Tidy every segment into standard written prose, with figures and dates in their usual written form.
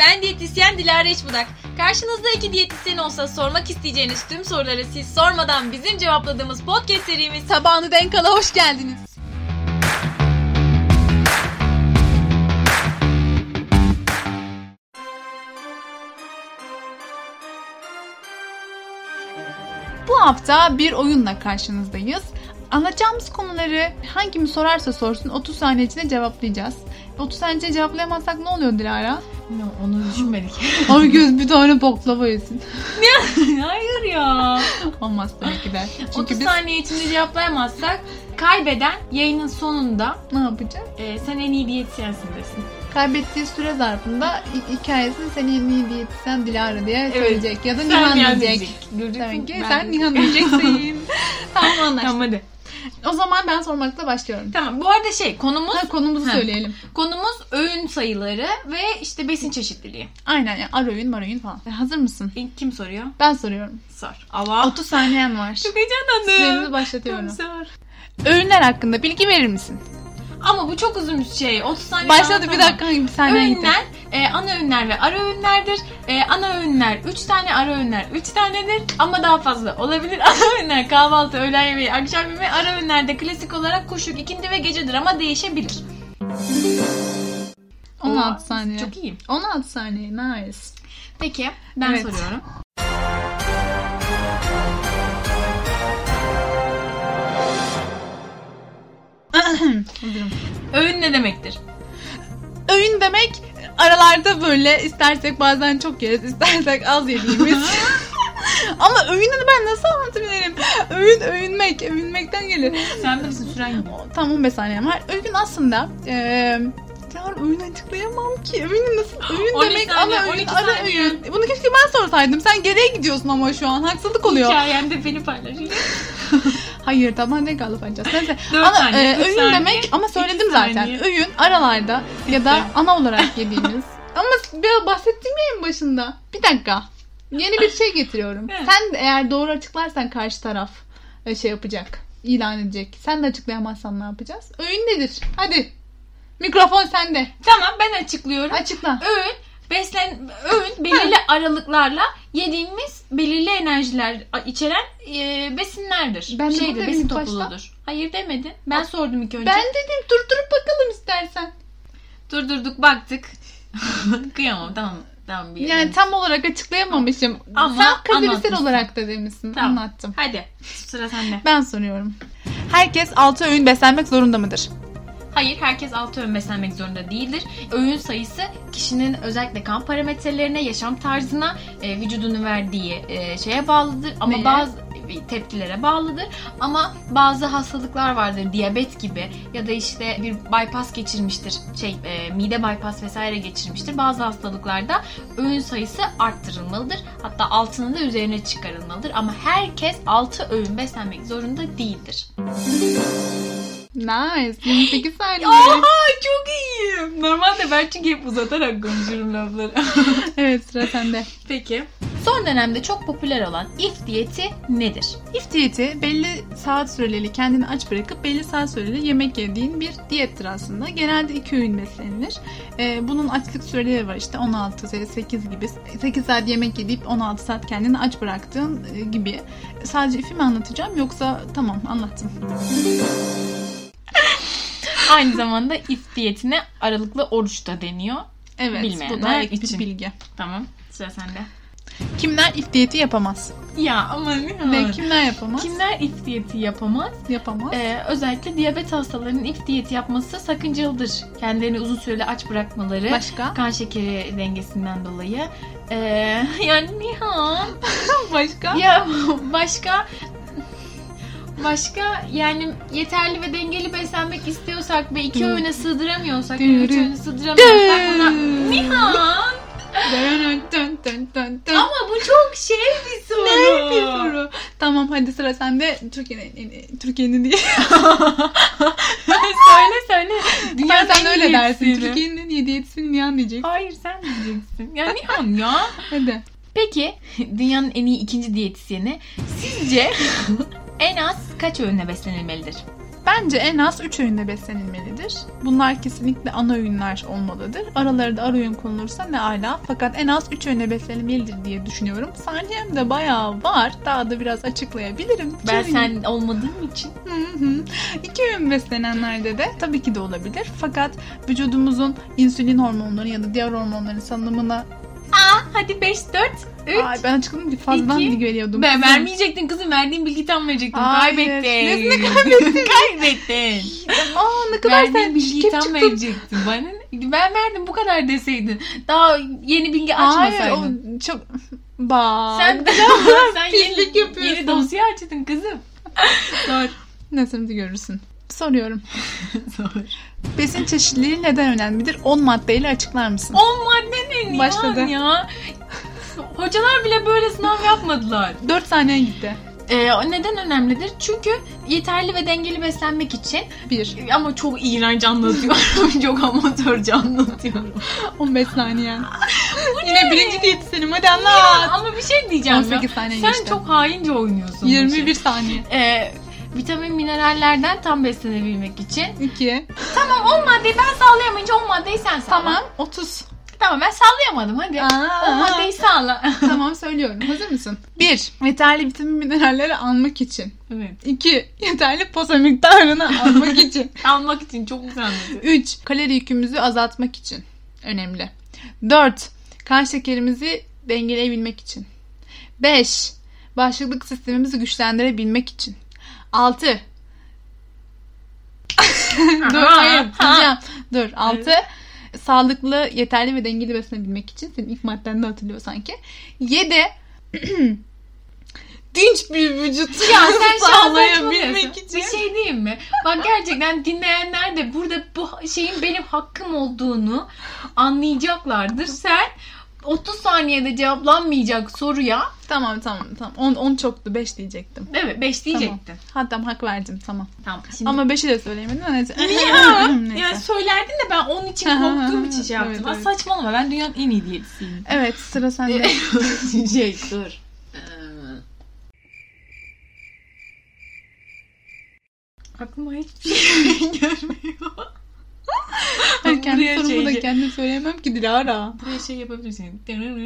Ben diyetisyen Dilara İşbudak. Karşınızda iki diyetisyen olsa sormak isteyeceğiniz tüm soruları siz sormadan bizim cevapladığımız podcast serimiz Tabağını denk ala hoş geldiniz. Bu hafta bir oyunla karşınızdayız. Anlatacağımız konuları hangimi sorarsa sorsun 30 saniye içinde cevaplayacağız. 30 saniye içinde cevaplayamazsak ne oluyor Dilara? Onu düşünmedik. Ay göz bir tane baklava yesin. Hayır ya. Olmaz tabii ki de. Çünkü 30 saniye içinde cevaplayamazsak kaybeden yayının sonunda ne yapacak? Sen en iyi diyetisyensin desin. Kaybettiği süre zarfında hikayesini seni en iyi diyetisyen Dilara diye söyleyecek. Ya da sen Nihan diyecek. Tabii ki sen Nihan diyeceksin. Tamam anlaştık. Tamam hadi. O zaman ben sormakla başlıyorum. Tamam. Bu arada konumuzu söyleyelim. Konumuz öğün sayıları ve işte besin çeşitliliği. Aynen yani ara öğün, mar öğün falan. Hazır mısın? Kim soruyor? Ben soruyorum. Sor. Allah. 30 saniyen var. Çok heyecanlandım. Sürenizi başlatıyorum. Tamam, sor. Öğünler hakkında bilgi verir misin? Ama bu çok uzun bir şey. 30 saniye. Başladı bir dakika. Bir saniye öğünler, ana öğünler ve ara öğünlerdir. Ana öğünler 3 tane, ara öğünler 3 tanedir. Ama daha fazla olabilir. Ana öğünler kahvaltı, öğlen yemeği, akşam yemeği. Ara öğünlerde klasik olarak kuşluk, ikindi ve gecedir ama değişebilir. 16 saniye. Çok iyi. 16 saniye. Nice. Peki ben soruyorum. Öğün ne demektir? Öğün demek aralarda böyle istersek bazen çok yeriz, istersek az yediğimiz. Ama öğününü ben nasıl anlatabilirim? Övünmekten gelir. Sen bilirsin süren gibi. Tam 15 saniyem var. Öğün aslında öğün açıklayamam ki. Öğün nasıl? Öğün demek saniye, ana öğün, 12 ara saniye. öğün. Bunu keşke ben sorsaydım. Sen geriye gidiyorsun ama şu an. Haksızlık oluyor. Hikayemde beni paylaşıyor. Hayır tamam ne kalıpacağız. Neyse. Öğün saniye, demek ama söyledim zaten. saniye. Öğün aralarda ya da ana olarak yediğimiz. Ama biraz bahsettim ya en başında. Bir dakika. Yeni bir şey getiriyorum. Sen eğer doğru açıklarsan karşı taraf şey yapacak. İlan edecek. Sen de açıklayamazsan ne yapacağız? Öğün nedir? Hadi. Mikrofon sende. Tamam ben açıklıyorum. Açıkla. Öğün belirli aralıklarla yediğimiz belirli enerjiler içeren besinlerdir. Ben de bunu besin dedim topluluğudur. başta. Hayır demedin. Ben sordum ilk önce. Ben dedim durdurup bakalım istersen. Durdurduk baktık. Kıyamam tamam. Yani tam olarak açıklayamamışım. Ama sen kaderisel olarak da demişsin. Tamam. Anlattım. Hadi sıra sende. Ben soruyorum. Herkes 6 öğün beslenmek zorunda mıdır? Hayır, herkes 6 öğün beslenmek zorunda değildir. Öğün sayısı kişinin özellikle kan parametrelerine, yaşam tarzına, vücudunun verdiği şeye bağlıdır. Ama neye? bazı tepkilere bağlıdır. Ama bazı hastalıklar vardır, diyabet gibi ya da işte bir bypass geçirmiştir, mide bypass vesaire geçirmiştir. Bazı hastalıklarda öğün sayısı arttırılmalıdır. Hatta altının da üzerine çıkarılmalıdır. Ama herkes 6 öğün beslenmek zorunda değildir. Nice. 28 saniye. Oha çok iyiyim. Normalde ben çünkü hep uzatarak konuşurum lafları. Evet sıra sende. Peki. Son dönemde çok popüler olan if diyeti nedir? İF diyeti belli saat süreli kendini aç bırakıp belli saat süreli yemek yediğin bir diyettir aslında. Genelde 2 öğün beslenilir. Bunun açlık süreleri var işte 16, 8 gibi. 8 saat yemek yedip 16 saat kendini aç bıraktığın gibi. Sadece if'i mi anlatacağım yoksa tamam anlattım. Aynı zamanda if diyetine aralıklı oruç da deniyor. Evet bilmeyenler bu da ek için. bir bilgi. Tamam sıra sende. Kimler if diyeti yapamaz? Ya ama ne? Kimler yapamaz? Kimler if diyeti yapamaz? Yapamaz. Özellikle diyabet hastalarının if diyeti yapması sakıncalıdır. Kendilerini uzun süreli aç bırakmaları. Başka? Kan şekeri dengesinden dolayı. Yani Nihan. Başka? Ya başka yani yeterli ve dengeli beslenmek istiyorsak ve 2 öğüne sığdıramıyorsak, 3 öğüne sığdıramıyorsak buna Nihan. Ama bu çok bir soru. Ne bir soru? Tamam hadi sıra sende. Türkiye'nin değil. söyle. Dünyanın sen öyle dersin. Türkiye'nin en iyi diyetçisini Nihan diyecek. Hayır sen diyeceksin. Ya Nihan ya. Hadi. Peki dünyanın en iyi 2. diyetisyeni sizce en az kaç öğünle beslenilmelidir? Bence en az 3 öğünde beslenilmelidir. Bunlar kesinlikle ana öğünler olmalıdır. Araları da ara öğün konulursa ne ala. Fakat en az 3 öğünde beslenilmelidir diye düşünüyorum. Saniyem de bayağı var. Daha da biraz açıklayabilirim. Ben sen olmadığım için. 2 öğün beslenenlerde de tabii ki de olabilir. Fakat vücudumuzun insülin hormonları ya da diğer hormonların salınımına... Hadi 5, 4, 3. Ay ben açıkladım ki fazladan bilgi veriyordum. Ben vermeyecektin kızım. Verdiğin bilgiyi tam verecektin. Hayır. Kaybettin. Nesini kaybettin? Kaybettin. Ne kadar sen Verdiğin bilgiyi şirket tam çıktın. verecektin. Ben verdim bu kadar deseydin. Daha yeni bilgi açmasaydın. Hayır o çok... Bak. Sen pislik yapıyorsun. yeni dosya açtın kızım. Sor. Neyse şimdi görürsün. Soruyorum. Sor. Besin çeşitliliği neden önemlidir? 10 maddeyle açıklar mısın? 10 madde ne Başladı. ya? Hocalar bile böyle sınav yapmadılar. 4 saniye gitti. Neden önemlidir? Çünkü yeterli ve dengeli beslenmek için. 1. Ama çok iğrenç anlatıyorum. Çok amatörce anlatıyorum. 15 saniye. Yine birinci diyetisyenim. Hadi anlat. Ama bir şey diyeceğim. 18 saniye Sen geçti. çok haince oynuyorsun. 21 saniye. Vitamin minerallerden tam beslenebilmek için. 2. Tamam 10 maddeyi ben sağlayamayınca 10 maddeyi sen sağla. Tamam. 30. Tamam ben sağlayamadım hadi. 10 maddeyi sağla. Tamam söylüyorum. Hazır mısın? 1. Yeterli vitamin mineralleri almak için. Evet. 2. Yeterli posa miktarını almak için. Almak için çok güzel anlatıyor. 3. Kalori yükümüzü azaltmak için. Önemli. 4. Kan şekerimizi dengeleyebilmek için. 5. Bağışıklık sistemimizi güçlendirebilmek için. 6. Dur hayır. Dur. 6. Sağlıklı, yeterli ve dengeli beslenebilmek için. Senin ilk maddende hatırlıyor sanki. 7. Dinç bir vücut Ya sen sağlayabilmek için. Bir şey diyeyim mi? Bak gerçekten dinleyenler de burada bu şeyin benim hakkım olduğunu anlayacaklardır. Sen 30 saniyede cevaplanmayacak soruya Tamam. 10 çoktu. 5 diyecektim. evet 5 diyecektin. Tamam. Hatta hak verdim. Tamam. Tamam. Şimdi... Ama 5'i de söyleyemedim. Neyse. Ya, yani söylerdin de ben onun için korktuğum için şey yaptım. Evet. Saçmalama ben dünyanın en iyi diyetisyeniyim. Evet sıra sende. Dur. Aklıma hiçbir şey gelmiyor. Hayır, kendi Buraya sorumu da şey- kendim söyleyemem ki Dilara. Buraya şey yapabilirsin.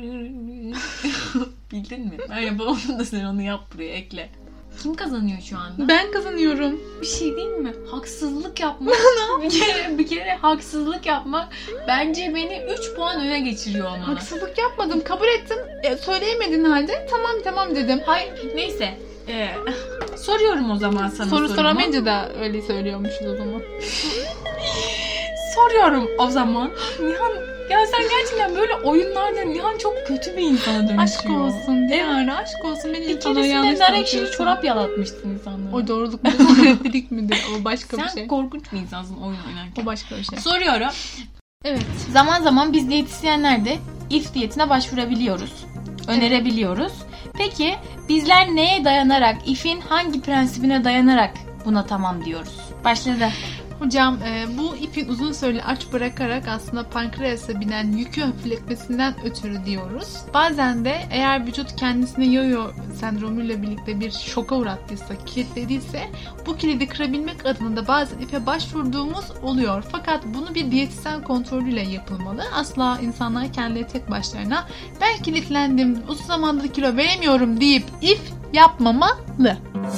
Bildin mi? Ben yapamam da sen onu yap buraya ekle. Kim kazanıyor şu anda? Ben kazanıyorum. Bir şey değil mi? Haksızlık yapmak. bir kere haksızlık yapmak bence beni 3 puan öne geçiriyor olmalı. Haksızlık yapmadım. Kabul ettim. Söyleyemedin halde. Tamam dedim. Hayır neyse. Soruyorum o zaman sana Soru sorumu. soramayınca da öyle söylüyormuşuz o zaman. Soruyorum o zaman. Nihan ya sen gerçekten böyle oyunlarda Nihan çok kötü bir insana dönüşüyor. Aşk olsun Dilara. Aşk olsun. Beni Bir insanlara yanlış keresinde nar ekşili tanıtıyorsun. çorap yalatmıştın insanlara. O doğruluk mudur? Nefretlik midir? O başka Sen bir şey. korkunç bir insansın oyun oynarken. O başka bir şey. Soruyorum. Evet. Zaman zaman biz diyetisyenler de if diyetine başvurabiliyoruz. Önerebiliyoruz. Peki bizler neye dayanarak, if'in hangi prensibine dayanarak buna tamam diyoruz? Başladı. Hocam bu ipin uzun süreli aç bırakarak aslında pankreasa binen yükü hafifletmesinden ötürü diyoruz. Bazen de eğer vücut kendisine yo-yo sendromuyla birlikte bir şoka uğrattıysa, kilitlediyse bu kilidi kırabilmek adına da bazen ipe başvurduğumuz oluyor. Fakat bunu bir diyetisyen kontrolüyle yapılmalı. Asla insanlar kendileri tek başlarına ben kilitlendim, uzun zamandır kilo veremiyorum deyip ip yapmamalı.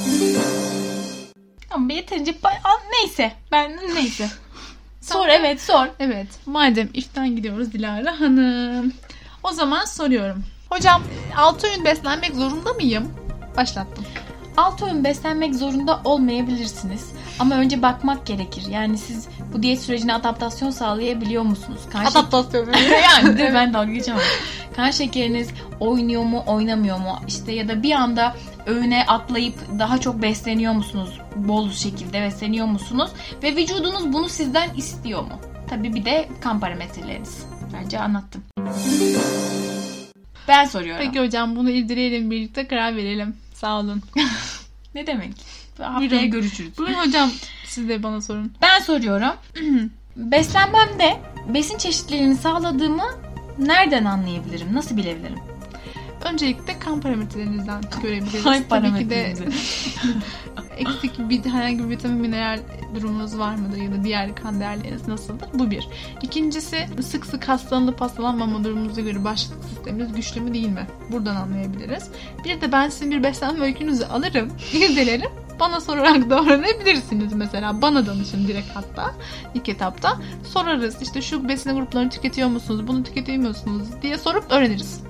Ama yeterince neyse. Neyse. Sor evet sor. Evet, madem iften gidiyoruz Dilara Hanım. O zaman soruyorum. Hocam 6 öğün beslenmek zorunda mıyım? Başlattım. 6 öğün beslenmek zorunda olmayabilirsiniz. Ama önce bakmak gerekir. Yani siz bu diyet sürecine adaptasyon sağlayabiliyor musunuz? Adaptasyon. Yani de ben dalga geçemem. Kan şekeriniz oynuyor mu, oynamıyor mu? İşte ya da bir anda öğüne atlayıp daha çok besleniyor musunuz? Bol şekilde besleniyor musunuz? Ve vücudunuz bunu sizden istiyor mu? Tabii bir de kan parametreleriniz. Bence anlattım. Ben soruyorum. Peki hocam bunu irdeleyelim birlikte karar verelim. Sağ olun. Ne demek? Haftaya görüşürüz. Buyurun hocam siz de bana sorun. Ben soruyorum. Beslenmemde besin çeşitliliğini sağladığımı nereden anlayabilirim? Nasıl bilebilirim? Öncelikle kan parametrelerinizden görebiliriz. Hangi Tabii ki de parametrenizi? eksik herhangi bir vitamin mineral durumunuz var mıdır ya da diğer kan değerleriniz nasıldır? Bu bir. İkincisi, sık sık hastalanıp hastalanmama durumunuza göre bağışıklık sisteminiz güçlü mü değil mi? Buradan anlayabiliriz. Bir de ben sizin bir beslenme öykünüzü alırım, irdelerim. Bana sorarak davranabilirsiniz mesela. Bana danışın direkt hatta ilk etapta. Sorarız işte şu besin gruplarını tüketiyor musunuz, bunu tüketiyor musunuz diye sorup öğreniriz.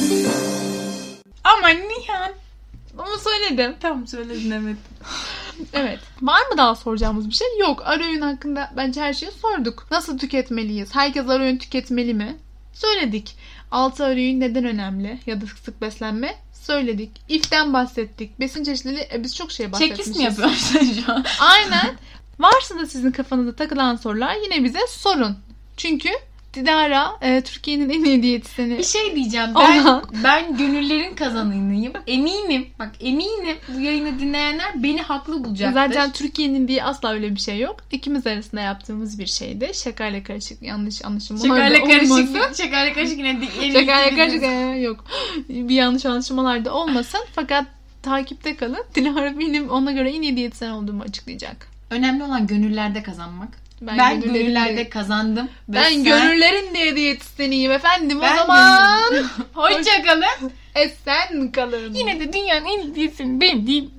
Aman Nihan. Ama söyledim. Tamam söyledin evet. Evet. Var mı daha soracağımız bir şey? Yok. Ara öğün hakkında bence her şeyi sorduk. Nasıl tüketmeliyiz? Herkes ara öğün tüketmeli mi? Söyledik. 6 ara öğün neden önemli? Ya da sık sık beslenme? Söyledik. İf'ten bahsettik. Besin çeşitliliği biz çok şey bahsetmişiz. Çekis mi yapıyorsun şu an? Aynen. Varsa da sizin kafanızda takılan sorular yine bize sorun. Çünkü Dilara Türkiye'nin en iyi diyetisyeni. Bir şey diyeceğim. Ona. Ben gönüllerin kazananıyım. Eminim. Bak eminim bu yayını dinleyenler beni haklı bulacaktır. Zaten Türkiye'nin diye asla öyle bir şey yok. İkimiz arasında yaptığımız bir şeydi. Şakayla karışık yanlış anlaşılmalar da olmasın. Şakayla karışık yine Şakayla karışık yok. Bir yanlış anlaşılmalar da olmasın. Fakat takipte kalın. Dilara benim ona göre en iyi diyetisyen olduğumu açıklayacak. Önemli olan gönüllerde kazanmak. Ben gönüllerde kazandım. Ben gönüllerin diye diyetisyeniyim efendim. O zaman hoşça kalın. Esen kalın. Yine de dünyanın en iyi diyetisyeni benim diyeyim.